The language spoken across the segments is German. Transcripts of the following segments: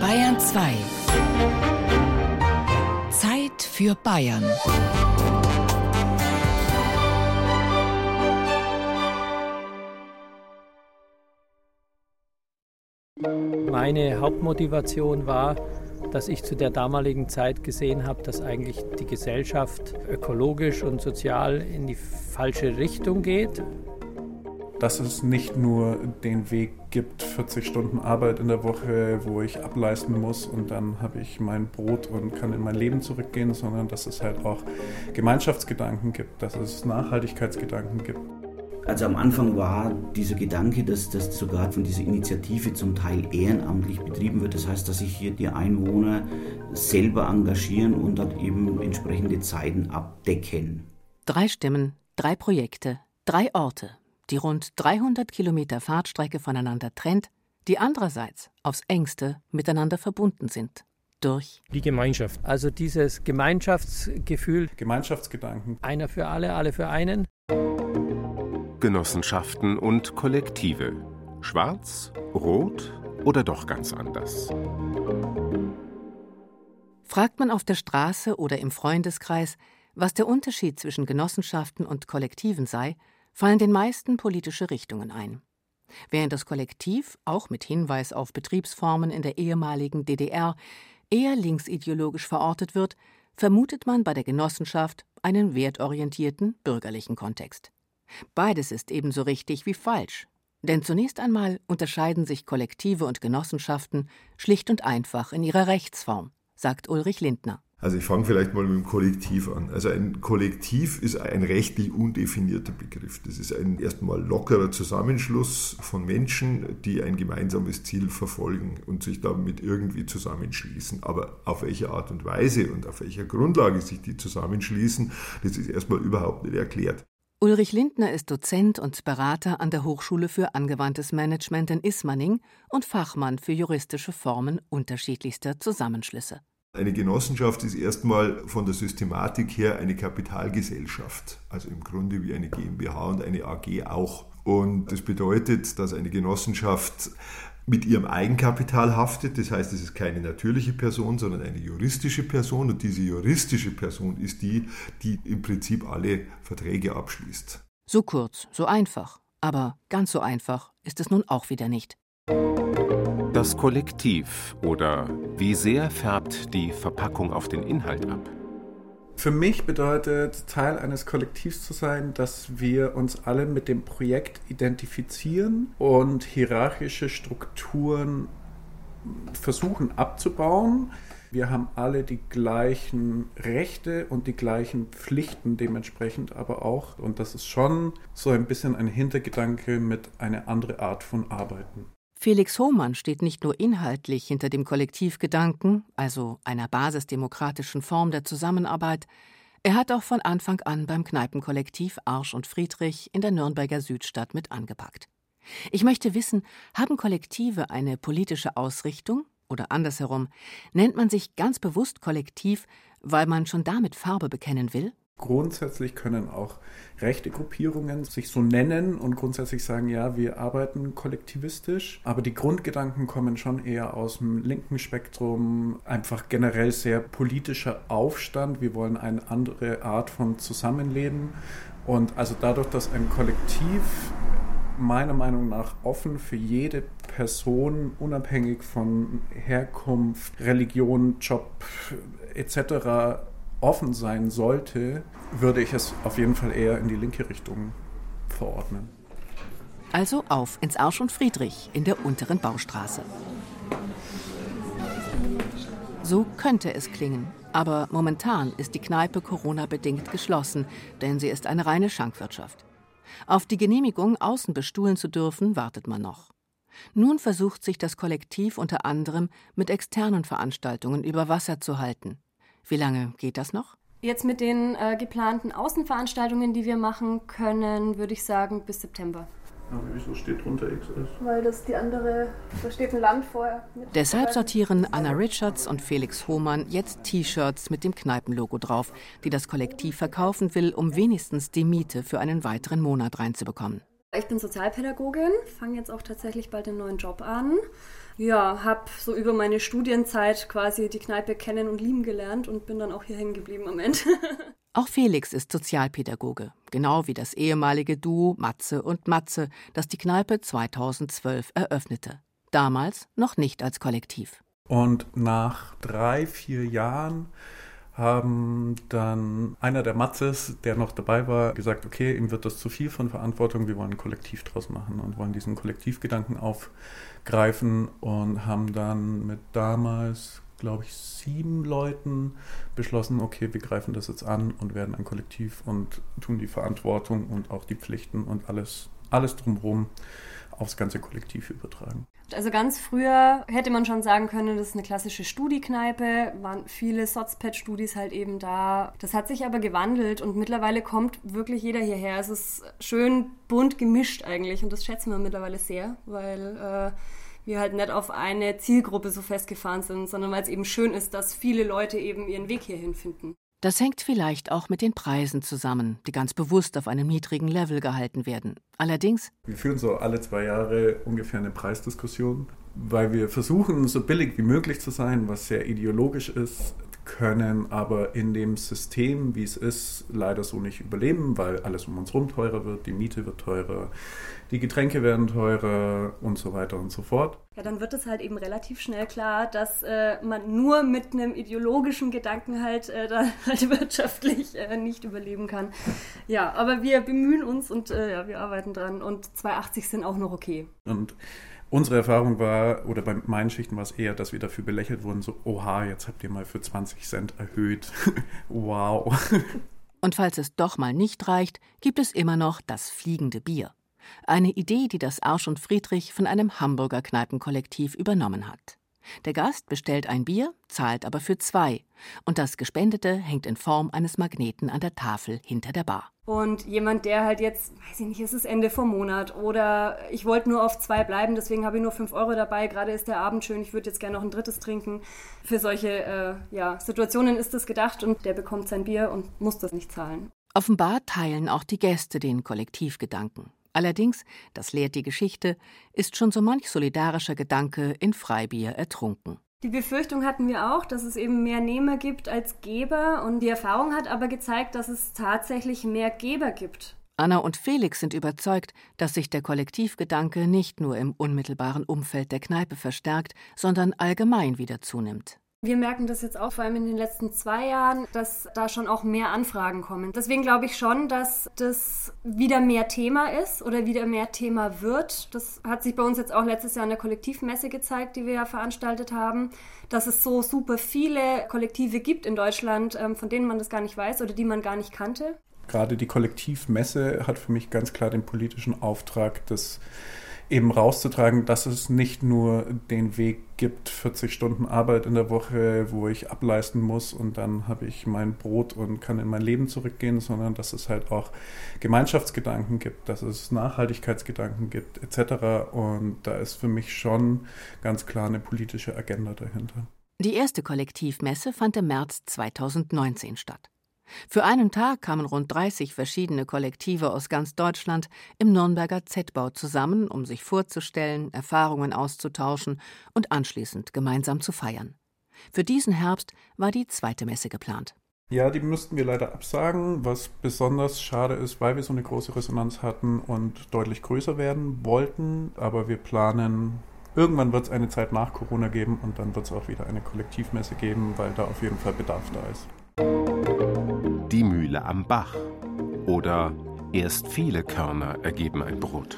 Bayern 2. Zeit für Bayern. Meine Hauptmotivation war, dass ich zu der damaligen Zeit gesehen habe, dass eigentlich die Gesellschaft ökologisch und sozial in die falsche Richtung geht. Dass es nicht nur den Weg gibt, 40 Stunden Arbeit in der Woche, wo ich ableisten muss und dann habe ich mein Brot und kann in mein Leben zurückgehen, sondern dass es halt auch Gemeinschaftsgedanken gibt, dass es Nachhaltigkeitsgedanken gibt. Also am Anfang war dieser Gedanke, dass das sogar von dieser Initiative zum Teil ehrenamtlich betrieben wird. Das heißt, dass sich hier die Einwohner selber engagieren und dann eben entsprechende Zeiten abdecken. 3 Stimmen, 3 Projekte, 3 Orte, die rund 300 Kilometer Fahrtstrecke voneinander trennt, die andererseits aufs Engste miteinander verbunden sind. Durch die Gemeinschaft. Also dieses Gemeinschaftsgefühl. Gemeinschaftsgedanken. Einer für alle für einen. Genossenschaften und Kollektive. Schwarz, rot oder doch ganz anders? Fragt man auf der Straße oder im Freundeskreis, was der Unterschied zwischen Genossenschaften und Kollektiven sei, fallen den meisten politische Richtungen ein. Während das Kollektiv, auch mit Hinweis auf Betriebsformen in der ehemaligen DDR, eher linksideologisch verortet wird, vermutet man bei der Genossenschaft einen wertorientierten bürgerlichen Kontext. Beides ist ebenso richtig wie falsch. Denn zunächst einmal unterscheiden sich Kollektive und Genossenschaften schlicht und einfach in ihrer Rechtsform, sagt Ulrich Lindner. Also ich fange vielleicht mal mit dem Kollektiv an. Also ein Kollektiv ist ein rechtlich undefinierter Begriff. Das ist ein erstmal lockerer Zusammenschluss von Menschen, die ein gemeinsames Ziel verfolgen und sich damit irgendwie zusammenschließen. Aber auf welche Art und Weise und auf welcher Grundlage sich die zusammenschließen, das ist erstmal überhaupt nicht erklärt. Ulrich Lindner ist Dozent und Berater an der Hochschule für angewandtes Management in Ismaning und Fachmann für juristische Formen unterschiedlichster Zusammenschlüsse. Eine Genossenschaft ist erstmal von der Systematik her eine Kapitalgesellschaft, also im Grunde wie eine GmbH und eine AG auch. Und das bedeutet, dass eine Genossenschaft mit ihrem Eigenkapital haftet, das heißt, es ist keine natürliche Person, sondern eine juristische Person und diese juristische Person ist die im Prinzip alle Verträge abschließt. So kurz, so einfach, aber ganz so einfach ist es nun auch wieder nicht. Das Kollektiv oder wie sehr färbt die Verpackung auf den Inhalt ab? Für mich bedeutet Teil eines Kollektivs zu sein, dass wir uns alle mit dem Projekt identifizieren und hierarchische Strukturen versuchen abzubauen. Wir haben alle die gleichen Rechte und die gleichen Pflichten dementsprechend aber auch. Und das ist schon so ein bisschen ein Hintergedanke mit einer anderen Art von Arbeiten. Felix Hohmann steht nicht nur inhaltlich hinter dem Kollektivgedanken, also einer basisdemokratischen Form der Zusammenarbeit, er hat auch von Anfang an beim Kneipenkollektiv Arsch und Friedrich in der Nürnberger Südstadt mit angepackt. Ich möchte wissen, haben Kollektive eine politische Ausrichtung? Oder andersherum, nennt man sich ganz bewusst Kollektiv, weil man schon damit Farbe bekennen will? Grundsätzlich können auch rechte Gruppierungen sich so nennen und grundsätzlich sagen, ja, wir arbeiten kollektivistisch. Aber die Grundgedanken kommen schon eher aus dem linken Spektrum. Einfach generell sehr politischer Aufstand. Wir wollen eine andere Art von Zusammenleben. Und also dadurch, dass ein Kollektiv meiner Meinung nach offen für jede Person, unabhängig von Herkunft, Religion, Job etc., offen sein sollte, würde ich es auf jeden Fall eher in die linke Richtung verordnen. Also auf ins Arsch und Friedrich in der unteren Baustraße. So könnte es klingen, aber momentan ist die Kneipe Corona-bedingt geschlossen, denn sie ist eine reine Schankwirtschaft. Auf die Genehmigung, außen bestuhlen zu dürfen, wartet man noch. Nun versucht sich das Kollektiv unter anderem mit externen Veranstaltungen über Wasser zu halten. Wie lange geht das noch? Jetzt mit den geplanten Außenveranstaltungen, die wir machen können, würde ich sagen bis September. Aber wieso steht drunter XS? Weil das die andere, da steht ein Land vorher. Deshalb sortieren Anna Richards und Felix Hohmann jetzt T-Shirts mit dem Kneipenlogo drauf, die das Kollektiv verkaufen will, um wenigstens die Miete für einen weiteren Monat reinzubekommen. Ich bin Sozialpädagogin, fange jetzt auch tatsächlich bald einen neuen Job an. Ja, habe so über meine Studienzeit quasi die Kneipe kennen und lieben gelernt und bin dann auch hier hängen geblieben am Ende. Auch Felix ist Sozialpädagoge, genau wie das ehemalige Duo Matze und Matze, das die Kneipe 2012 eröffnete. Damals noch nicht als Kollektiv. Und nach 3-4 Jahren haben dann einer der Matzes, der noch dabei war, gesagt, okay, ihm wird das zu viel von Verantwortung, wir wollen ein Kollektiv draus machen und wollen diesen Kollektivgedanken aufgreifen und haben dann mit damals, glaube ich, 7 Leuten beschlossen, okay, wir greifen das jetzt an und werden ein Kollektiv und tun die Verantwortung und auch die Pflichten und alles drumherum aufs ganze Kollektiv übertragen. Also ganz früher hätte man schon sagen können, das ist eine klassische Studi-Kneipe, waren viele Sozped-Studis halt eben da. Das hat sich aber gewandelt und mittlerweile kommt wirklich jeder hierher. Es ist schön bunt gemischt eigentlich und das schätzen wir mittlerweile sehr, weil wir halt nicht auf eine Zielgruppe so festgefahren sind, sondern weil es eben schön ist, dass viele Leute eben ihren Weg hierhin finden. Das hängt vielleicht auch mit den Preisen zusammen, die ganz bewusst auf einem niedrigen Level gehalten werden. Allerdings: Wir führen so alle 2 Jahre ungefähr eine Preisdiskussion, weil wir versuchen, so billig wie möglich zu sein, was sehr ideologisch ist, können aber in dem System, wie es ist, leider so nicht überleben, weil alles um uns herum teurer wird, die Miete wird teurer, die Getränke werden teurer und so weiter und so fort. Ja, dann wird es halt eben relativ schnell klar, dass man nur mit einem ideologischen Gedanken halt wirtschaftlich nicht überleben kann. Ja, aber wir bemühen uns und wir arbeiten dran und 2,80 sind auch noch okay. Und unsere Erfahrung war, oder bei meinen Schichten war es eher, dass wir dafür belächelt wurden, so, oha, jetzt habt ihr mal für 20 Cent erhöht. Wow. Und falls es doch mal nicht reicht, gibt es immer noch das fliegende Bier. Eine Idee, die das Arsch und Friedrich von einem Hamburger Kneipenkollektiv übernommen hat. Der Gast bestellt ein Bier, zahlt aber für 2. Und das Gespendete hängt in Form eines Magneten an der Tafel hinter der Bar. Und jemand, der halt jetzt, weiß ich nicht, es ist Ende vom Monat oder ich wollte nur auf 2 bleiben, deswegen habe ich nur 5 Euro dabei, gerade ist der Abend schön, ich würde jetzt gerne noch ein 3. trinken. Für solche Situationen ist das gedacht und der bekommt sein Bier und muss das nicht zahlen. Offenbar teilen auch die Gäste den Kollektivgedanken. Allerdings, das lehrt die Geschichte, ist schon so manch solidarischer Gedanke in Freibier ertrunken. Die Befürchtung hatten wir auch, dass es eben mehr Nehmer gibt als Geber und die Erfahrung hat aber gezeigt, dass es tatsächlich mehr Geber gibt. Anna und Felix sind überzeugt, dass sich der Kollektivgedanke nicht nur im unmittelbaren Umfeld der Kneipe verstärkt, sondern allgemein wieder zunimmt. Wir merken das jetzt auch vor allem in den letzten 2 Jahren, dass da schon auch mehr Anfragen kommen. Deswegen glaube ich schon, dass das wieder mehr Thema ist oder wieder mehr Thema wird. Das hat sich bei uns jetzt auch letztes Jahr an der Kollektivmesse gezeigt, die wir ja veranstaltet haben, dass es so super viele Kollektive gibt in Deutschland, von denen man das gar nicht weiß oder die man gar nicht kannte. Gerade die Kollektivmesse hat für mich ganz klar den politischen Auftrag, das eben rauszutragen, dass es nicht nur den Weg gibt, 40 Stunden Arbeit in der Woche, wo ich ableisten muss und dann habe ich mein Brot und kann in mein Leben zurückgehen, sondern dass es halt auch Gemeinschaftsgedanken gibt, dass es Nachhaltigkeitsgedanken gibt etc. Und da ist für mich schon ganz klar eine politische Agenda dahinter. Die erste Kollektivmesse fand im März 2019 statt. Für einen Tag kamen rund 30 verschiedene Kollektive aus ganz Deutschland im Nürnberger Z-Bau zusammen, um sich vorzustellen, Erfahrungen auszutauschen und anschließend gemeinsam zu feiern. Für diesen Herbst war die 2. Messe geplant. Ja, die müssten wir leider absagen, was besonders schade ist, weil wir so eine große Resonanz hatten und deutlich größer werden wollten. Aber wir planen, irgendwann wird es eine Zeit nach Corona geben und dann wird es auch wieder eine Kollektivmesse geben, weil da auf jeden Fall Bedarf da ist. Die Mühle am Bach oder erst viele Körner ergeben ein Brot.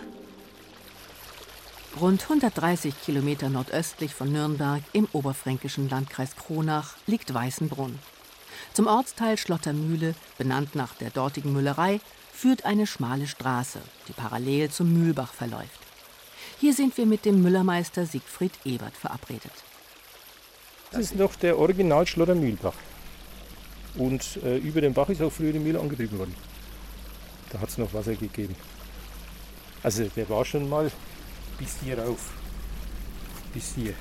Rund 130 Kilometer nordöstlich von Nürnberg im oberfränkischen Landkreis Kronach liegt Weißenbrunn. Zum Ortsteil Schlottermühle, benannt nach der dortigen Müllerei, führt eine schmale Straße, die parallel zum Mühlbach verläuft. Hier sind wir mit dem Müllermeister Siegfried Ebert verabredet. Das ist noch der Original Schlottermühlbach. Und über den Bach ist auch früher die Mühle angetrieben worden. Da hat es noch Wasser gegeben. Also der war schon mal bis hier rauf. Bis hier.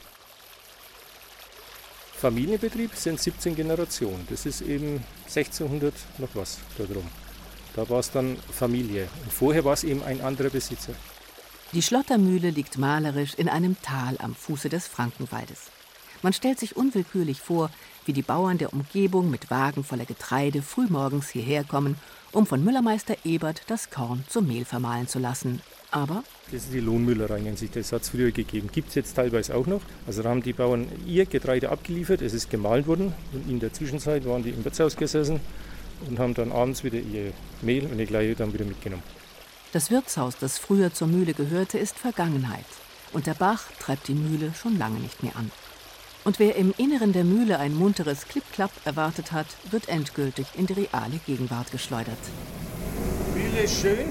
Familienbetrieb sind 17 Generationen. Das ist eben 1600 noch was da drum. Da war es dann Familie. Und vorher war es eben ein anderer Besitzer. Die Schlottermühle liegt malerisch in einem Tal am Fuße des Frankenwaldes. Man stellt sich unwillkürlich vor, wie die Bauern der Umgebung mit Wagen voller Getreide frühmorgens hierher kommen, um von Müllermeister Ebert das Korn zum Mehl vermahlen zu lassen. Aber das ist die Lohnmüllerei, nennt sich das, hat es früher gegeben. Gibt es jetzt teilweise auch noch. Also da haben die Bauern ihr Getreide abgeliefert, es ist gemahlen worden und in der Zwischenzeit waren die im Wirtshaus gesessen und haben dann abends wieder ihr Mehl und ihr Kleie dann wieder mitgenommen. Das Wirtshaus, das früher zur Mühle gehörte, ist Vergangenheit. Und der Bach treibt die Mühle schon lange nicht mehr an. Und wer im Inneren der Mühle ein munteres Klipp-Klapp erwartet hat, wird endgültig in die reale Gegenwart geschleudert. Die Mühle ist schön.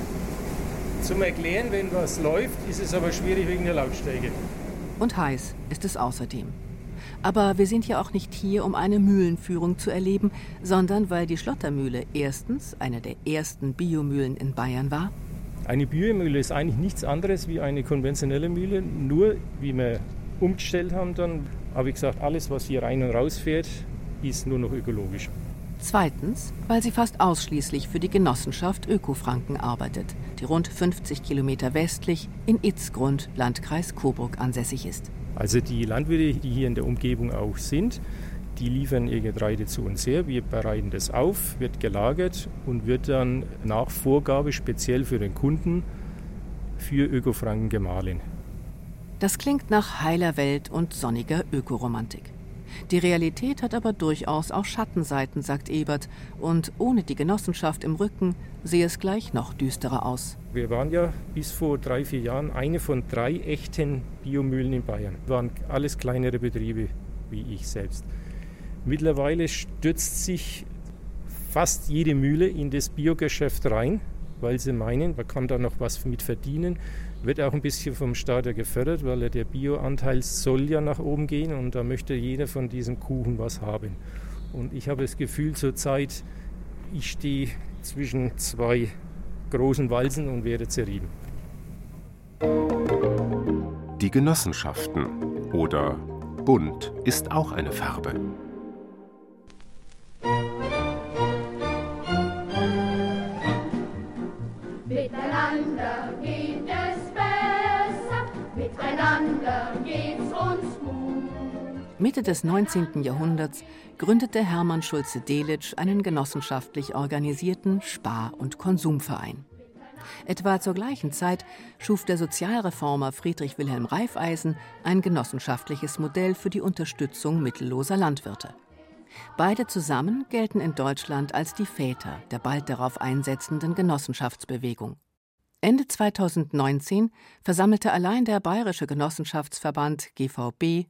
Zum Erklären, wenn was läuft, ist es aber schwierig wegen der Lautstärke. Und heiß ist es außerdem. Aber wir sind ja auch nicht hier, um eine Mühlenführung zu erleben, sondern weil die Schlottermühle erstens eine der ersten Biomühlen in Bayern war. Eine Biomühle ist eigentlich nichts anderes wie eine konventionelle Mühle, nur wie wir umgestellt haben, dann habe ich gesagt, alles, was hier rein und raus fährt, ist nur noch ökologisch. Zweitens, weil sie fast ausschließlich für die Genossenschaft Ökofranken arbeitet, die rund 50 Kilometer westlich in Itzgrund, Landkreis Coburg, ansässig ist. Also die Landwirte, die hier in der Umgebung auch sind, die liefern ihr Getreide zu uns her. Wir bereiten das auf, wird gelagert und wird dann nach Vorgabe speziell für den Kunden für Ökofranken gemahlen. Das klingt nach heiler Welt und sonniger Ökoromantik. Die Realität hat aber durchaus auch Schattenseiten, sagt Ebert. Und ohne die Genossenschaft im Rücken sehe es gleich noch düsterer aus. Wir waren ja bis vor 3-4 Jahren eine von 3 echten Biomühlen in Bayern. Waren alles kleinere Betriebe wie ich selbst. Mittlerweile stürzt sich fast jede Mühle in das Biogeschäft rein, weil sie meinen, man kann da noch was mit verdienen. Wird auch ein bisschen vom Staat gefördert, weil der Bioanteil soll ja nach oben gehen und da möchte jeder von diesem Kuchen was haben. Und ich habe das Gefühl zurzeit, ich stehe zwischen 2 großen Walzen und werde zerrieben. Die Genossenschaften oder Bund ist auch eine Farbe. Miteinander geht es besser, miteinander geht's uns gut. Mitte des 19. Jahrhunderts gründete Hermann Schulze-Delitzsch einen genossenschaftlich organisierten Spar- und Konsumverein. Etwa zur gleichen Zeit schuf der Sozialreformer Friedrich Wilhelm Raiffeisen ein genossenschaftliches Modell für die Unterstützung mittelloser Landwirte. Beide zusammen gelten in Deutschland als die Väter der bald darauf einsetzenden Genossenschaftsbewegung. Ende 2019 versammelte allein der Bayerische Genossenschaftsverband GVB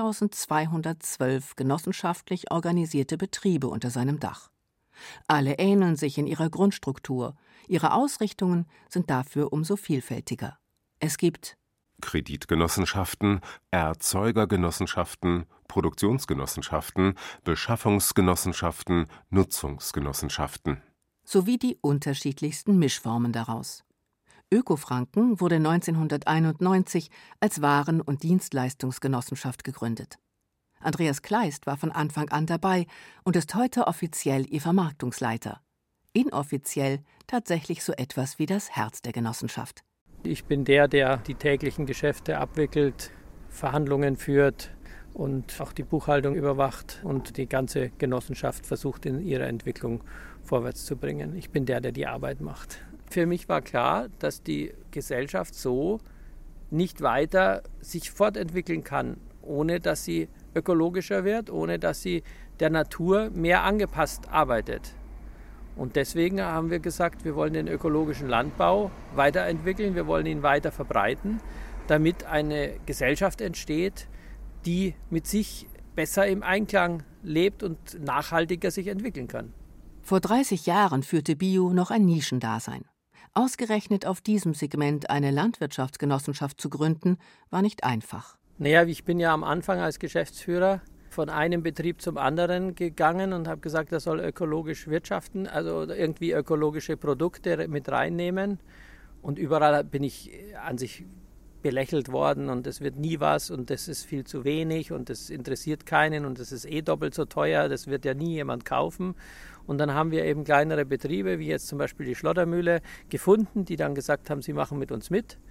1212 genossenschaftlich organisierte Betriebe unter seinem Dach. Alle ähneln sich in ihrer Grundstruktur, ihre Ausrichtungen sind dafür umso vielfältiger. Es gibt Kreditgenossenschaften, Erzeugergenossenschaften, Produktionsgenossenschaften, Beschaffungsgenossenschaften, Nutzungsgenossenschaften. Sowie die unterschiedlichsten Mischformen daraus. Ökofranken wurde 1991 als Waren- und Dienstleistungsgenossenschaft gegründet. Andreas Kleist war von Anfang an dabei und ist heute offiziell ihr Vermarktungsleiter. Inoffiziell tatsächlich so etwas wie das Herz der Genossenschaft. Ich bin der die täglichen Geschäfte abwickelt, Verhandlungen führt und auch die Buchhaltung überwacht und die ganze Genossenschaft versucht, in ihrer Entwicklung vorwärts zu bringen. Ich bin der die Arbeit macht. Für mich war klar, dass die Gesellschaft so nicht weiter sich fortentwickeln kann, ohne dass sie ökologischer wird, ohne dass sie der Natur mehr angepasst arbeitet. Und deswegen haben wir gesagt, wir wollen den ökologischen Landbau weiterentwickeln, wir wollen ihn weiter verbreiten, damit eine Gesellschaft entsteht, die mit sich besser im Einklang lebt und nachhaltiger sich entwickeln kann. Vor 30 Jahren führte Bio noch ein Nischendasein. Ausgerechnet auf diesem Segment eine Landwirtschaftsgenossenschaft zu gründen, war nicht einfach. Naja, ich bin ja am Anfang als Geschäftsführer von einem Betrieb zum anderen gegangen und habe gesagt, er soll ökologisch wirtschaften, also irgendwie ökologische Produkte mit reinnehmen. Und überall bin ich an sich belächelt worden und es wird nie was und das ist viel zu wenig und das interessiert keinen und das ist doppelt so teuer, das wird ja nie jemand kaufen. Und dann haben wir eben kleinere Betriebe, wie jetzt zum Beispiel die Schlottermühle, gefunden, die dann gesagt haben, sie machen mit uns mit.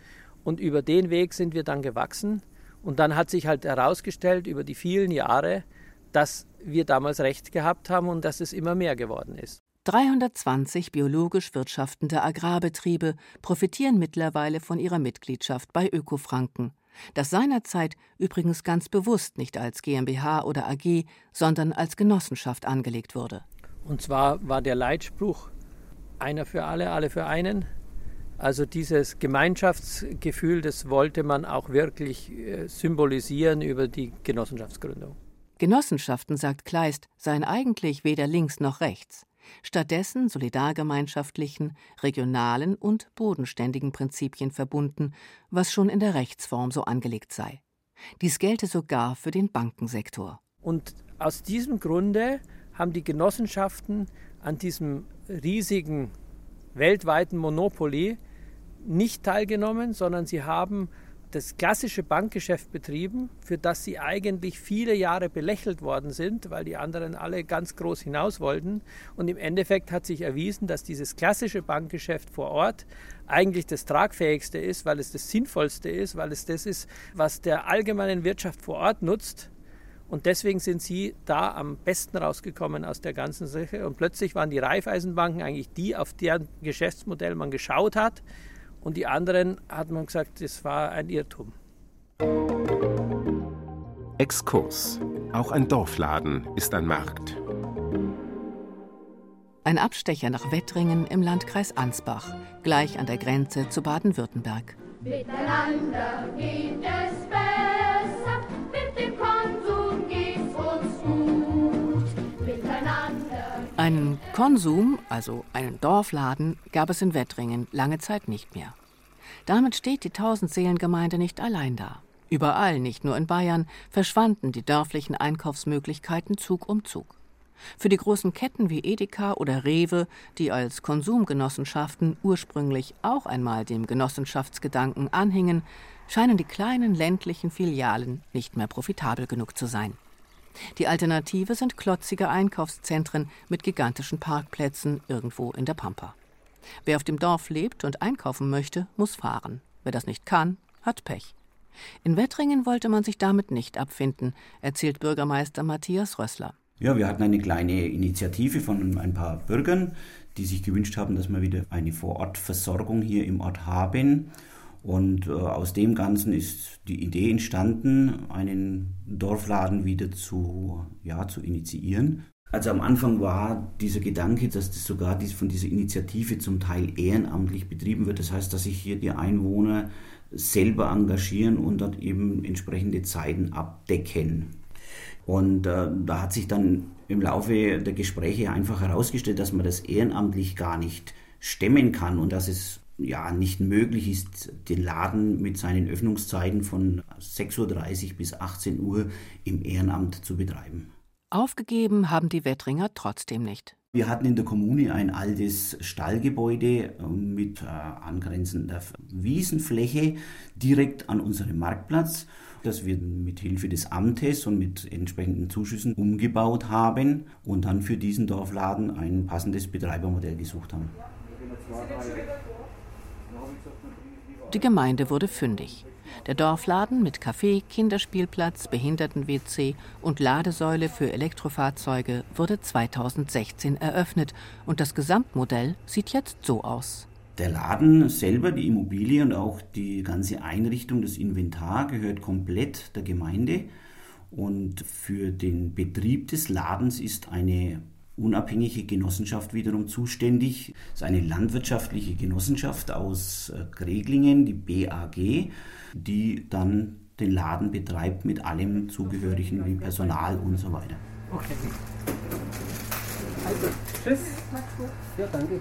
Und über den Weg sind wir dann gewachsen. Und dann hat sich halt herausgestellt über die vielen Jahre, dass wir damals recht gehabt haben und dass es immer mehr geworden ist. 320 biologisch wirtschaftende Agrarbetriebe profitieren mittlerweile von ihrer Mitgliedschaft bei Öko-Franken, das seinerzeit übrigens ganz bewusst nicht als GmbH oder AG, sondern als Genossenschaft angelegt wurde. Und zwar war der Leitspruch einer für alle, alle für einen. Also dieses Gemeinschaftsgefühl, das wollte man auch wirklich symbolisieren über die Genossenschaftsgründung. Genossenschaften, sagt Kleist, seien eigentlich weder links noch rechts. Stattdessen solidargemeinschaftlichen, regionalen und bodenständigen Prinzipien verbunden, was schon in der Rechtsform so angelegt sei. Dies gelte sogar für den Bankensektor. Und aus diesem Grunde haben die Genossenschaften an diesem riesigen weltweiten Monopoly nicht teilgenommen, sondern sie haben das klassische Bankgeschäft betrieben, für das sie eigentlich viele Jahre belächelt worden sind, weil die anderen alle ganz groß hinaus wollten. Und im Endeffekt hat sich erwiesen, dass dieses klassische Bankgeschäft vor Ort eigentlich das Tragfähigste ist, weil es das Sinnvollste ist, weil es das ist, was der allgemeinen Wirtschaft vor Ort nutzt. Und deswegen sind sie da am besten rausgekommen aus der ganzen Sache. Und plötzlich waren die Raiffeisenbanken eigentlich die, auf deren Geschäftsmodell man geschaut hat. Und die anderen hat man gesagt, das war ein Irrtum. Exkurs. Auch ein Dorfladen ist ein Markt. Ein Abstecher nach Wettringen im Landkreis Ansbach, gleich an der Grenze zu Baden-Württemberg. Miteinander geht es besser, mit dem Konsum geht's uns gut. Miteinander. Einen Konsum, also einen Dorfladen, gab es in Wettringen lange Zeit nicht mehr. Damit steht die Tausendseelengemeinde nicht allein da. Überall, nicht nur in Bayern, verschwanden die dörflichen Einkaufsmöglichkeiten Zug um Zug. Für die großen Ketten wie Edeka oder Rewe, die als Konsumgenossenschaften ursprünglich auch einmal dem Genossenschaftsgedanken anhingen, scheinen die kleinen ländlichen Filialen nicht mehr profitabel genug zu sein. Die Alternative sind klotzige Einkaufszentren mit gigantischen Parkplätzen irgendwo in der Pampa. Wer auf dem Dorf lebt und einkaufen möchte, muss fahren. Wer das nicht kann, hat Pech. In Wettringen wollte man sich damit nicht abfinden, erzählt Bürgermeister Matthias Rössler. Ja, wir hatten eine kleine Initiative von ein paar Bürgern, die sich gewünscht haben, dass wir wieder eine Vorortversorgung hier im Ort haben. Und aus dem Ganzen ist die Idee entstanden, einen Dorfladen wieder zu initiieren. Also am Anfang war dieser Gedanke, dass das sogar von dieser Initiative zum Teil ehrenamtlich betrieben wird. Das heißt, dass sich hier die Einwohner selber engagieren und dort eben entsprechende Zeiten abdecken. Und da hat sich dann im Laufe der Gespräche einfach herausgestellt, dass man das ehrenamtlich gar nicht stemmen kann und dass es nicht möglich ist, den Laden mit seinen Öffnungszeiten von 6.30 Uhr bis 18 Uhr im Ehrenamt zu betreiben. Aufgegeben haben die Wettringer trotzdem nicht. Wir hatten in der Kommune ein altes Stallgebäude mit angrenzender Wiesenfläche direkt an unserem Marktplatz, das wir mit Hilfe des Amtes und mit entsprechenden Zuschüssen umgebaut haben und dann für diesen Dorfladen ein passendes Betreibermodell gesucht haben. Die Gemeinde wurde fündig. Der Dorfladen mit Café, Kinderspielplatz, Behinderten-WC und Ladesäule für Elektrofahrzeuge wurde 2016 eröffnet und das Gesamtmodell sieht jetzt so aus. Der Laden selber, die Immobilie und auch die ganze Einrichtung, das Inventar gehört komplett der Gemeinde und für den Betrieb des Ladens ist eine unabhängige Genossenschaft wiederum zuständig. Es ist eine landwirtschaftliche Genossenschaft aus Greglingen, die BAG, die dann den Laden betreibt mit allem Zugehörigen wie Personal und so weiter. Okay. Also, tschüss. Ja, danke.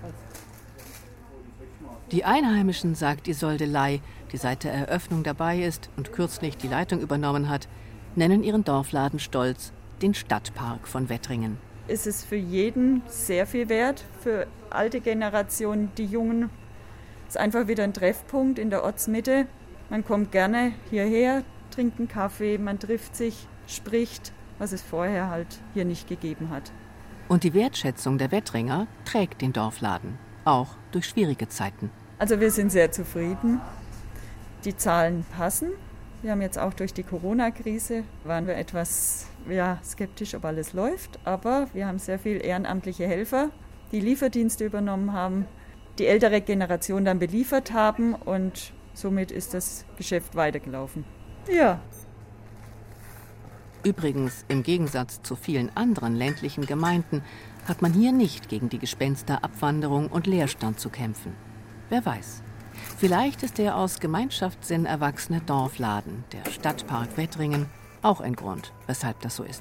Die Einheimischen, sagt Isolde Ley, die seit der Eröffnung dabei ist und kürzlich die Leitung übernommen hat, nennen ihren Dorfladen stolz den Stadtpark von Wettringen. Es ist für jeden sehr viel wert, für alte Generationen, die Jungen. Es ist einfach wieder ein Treffpunkt in der Ortsmitte. Man kommt gerne hierher, trinkt einen Kaffee, man trifft sich, spricht, was es vorher halt hier nicht gegeben hat. Und die Wertschätzung der Wettringer trägt den Dorfladen, auch durch schwierige Zeiten. Also wir sind sehr zufrieden. Die Zahlen passen. Wir haben jetzt auch durch die Corona-Krise, waren wir etwas skeptisch, ob alles läuft. Aber wir haben sehr viele ehrenamtliche Helfer, die Lieferdienste übernommen haben, die ältere Generation dann beliefert haben und somit ist das Geschäft weitergelaufen. Ja. Übrigens, im Gegensatz zu vielen anderen ländlichen Gemeinden hat man hier nicht gegen die Gespensterabwanderung und Leerstand zu kämpfen. Wer weiß. Vielleicht ist der aus Gemeinschaftssinn erwachsene Dorfladen, der Stadtpark Wettringen, auch ein Grund, weshalb das so ist.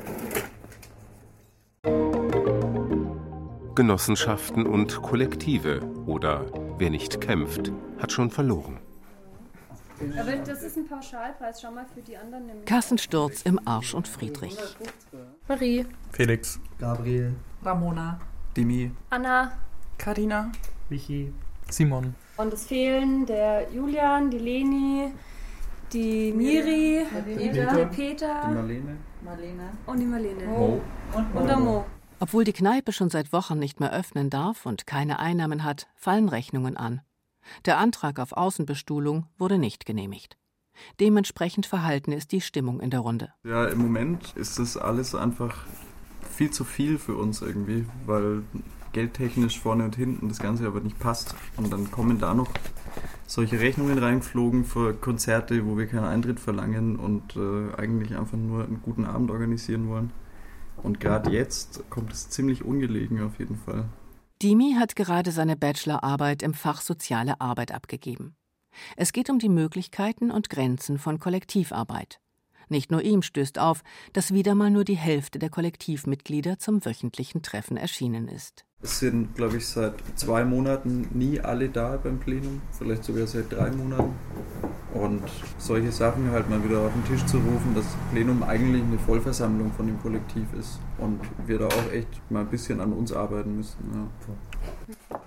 Genossenschaften und Kollektive oder wer nicht kämpft, hat schon verloren. Aber das ist ein Pauschalpreis, schau mal für die anderen. Kassensturz im Arsch und Friedrich. Marie. Felix. Gabriel. Ramona. Dimi. Anna. Karina. Michi. Simon. Und es fehlen der Julian, die Leni, die Miri, der Peter, die Marlene und die Marlene. Mo. Und der Mo. Obwohl die Kneipe schon seit Wochen nicht mehr öffnen darf und keine Einnahmen hat, fallen Rechnungen an. Der Antrag auf Außenbestuhlung wurde nicht genehmigt. Dementsprechend verhalten ist die Stimmung in der Runde. Ja, im Moment ist das alles einfach viel zu viel für uns irgendwie, weil geldtechnisch vorne und hinten das Ganze aber nicht passt. Und dann kommen da noch solche Rechnungen reingeflogen für Konzerte, wo wir keinen Eintritt verlangen und eigentlich einfach nur einen guten Abend organisieren wollen. Und gerade jetzt kommt es ziemlich ungelegen auf jeden Fall. Dimi hat gerade seine Bachelorarbeit im Fach Soziale Arbeit abgegeben. Es geht um die Möglichkeiten und Grenzen von Kollektivarbeit. Nicht nur ihm stößt auf, dass wieder mal nur die Hälfte der Kollektivmitglieder zum wöchentlichen Treffen erschienen ist. Es sind, glaube ich, seit 2 Monaten nie alle da beim Plenum, vielleicht sogar seit 3 Monaten. Und solche Sachen halt mal wieder auf den Tisch zu rufen, dass das Plenum eigentlich eine Vollversammlung von dem Kollektiv ist und wir da auch echt mal ein bisschen an uns arbeiten müssen. Ja.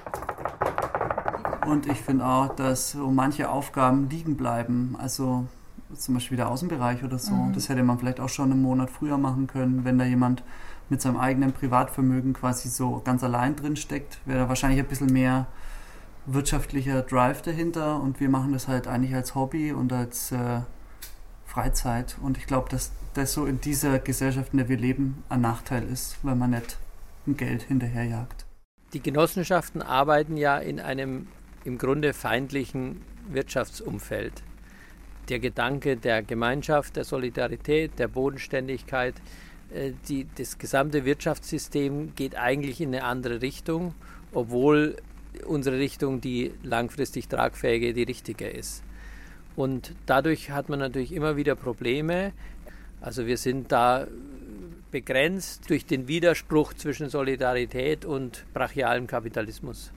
Und ich finde auch, dass so manche Aufgaben liegen bleiben, also zum Beispiel der Außenbereich oder so. Das hätte man vielleicht auch schon einen Monat früher machen können, wenn da jemand mit seinem eigenen Privatvermögen quasi so ganz allein drin steckt, wäre da wahrscheinlich ein bisschen mehr wirtschaftlicher Drive dahinter und wir machen das halt eigentlich als Hobby und als Freizeit und ich glaube, dass das so in dieser Gesellschaft, in der wir leben, ein Nachteil ist, weil man nicht ein Geld hinterherjagt. Die Genossenschaften arbeiten ja in einem im Grunde feindlichen Wirtschaftsumfeld. Der Gedanke der Gemeinschaft, der Solidarität, der Bodenständigkeit, das gesamte Wirtschaftssystem geht eigentlich in eine andere Richtung, obwohl unsere Richtung, die langfristig tragfähige, die richtige ist. Und dadurch hat man natürlich immer wieder Probleme. Also wir sind da begrenzt durch den Widerspruch zwischen Solidarität und brachialem Kapitalismus.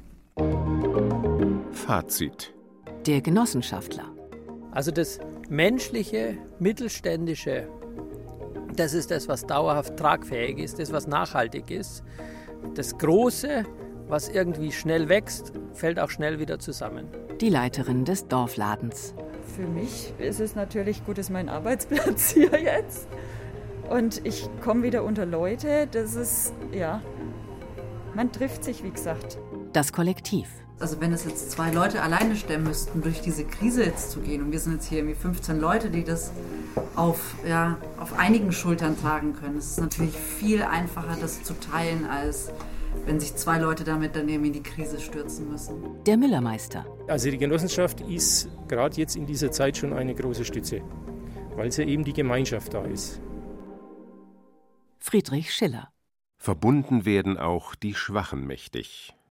Fazit. Der Genossenschaftler. Also das menschliche, mittelständische, das ist das, was dauerhaft tragfähig ist, das, was nachhaltig ist. Das Große, was irgendwie schnell wächst, fällt auch schnell wieder zusammen. Die Leiterin des Dorfladens. Für mich ist es natürlich gut, ist mein Arbeitsplatz hier jetzt. Und ich komme wieder unter Leute. Das ist, man trifft sich, wie gesagt. Das Kollektiv. Also wenn es jetzt 2 Leute alleine stemmen müssten, durch diese Krise jetzt zu gehen, und wir sind jetzt hier irgendwie 15 Leute, die das auf einigen Schultern tragen können, es ist natürlich viel einfacher, das zu teilen, als wenn sich 2 Leute damit daneben in die Krise stürzen müssen. Der Müllermeister. Also die Genossenschaft ist gerade jetzt in dieser Zeit schon eine große Stütze, weil es ja eben die Gemeinschaft da ist. Friedrich Schiller. Verbunden werden auch die Schwachen mächtig.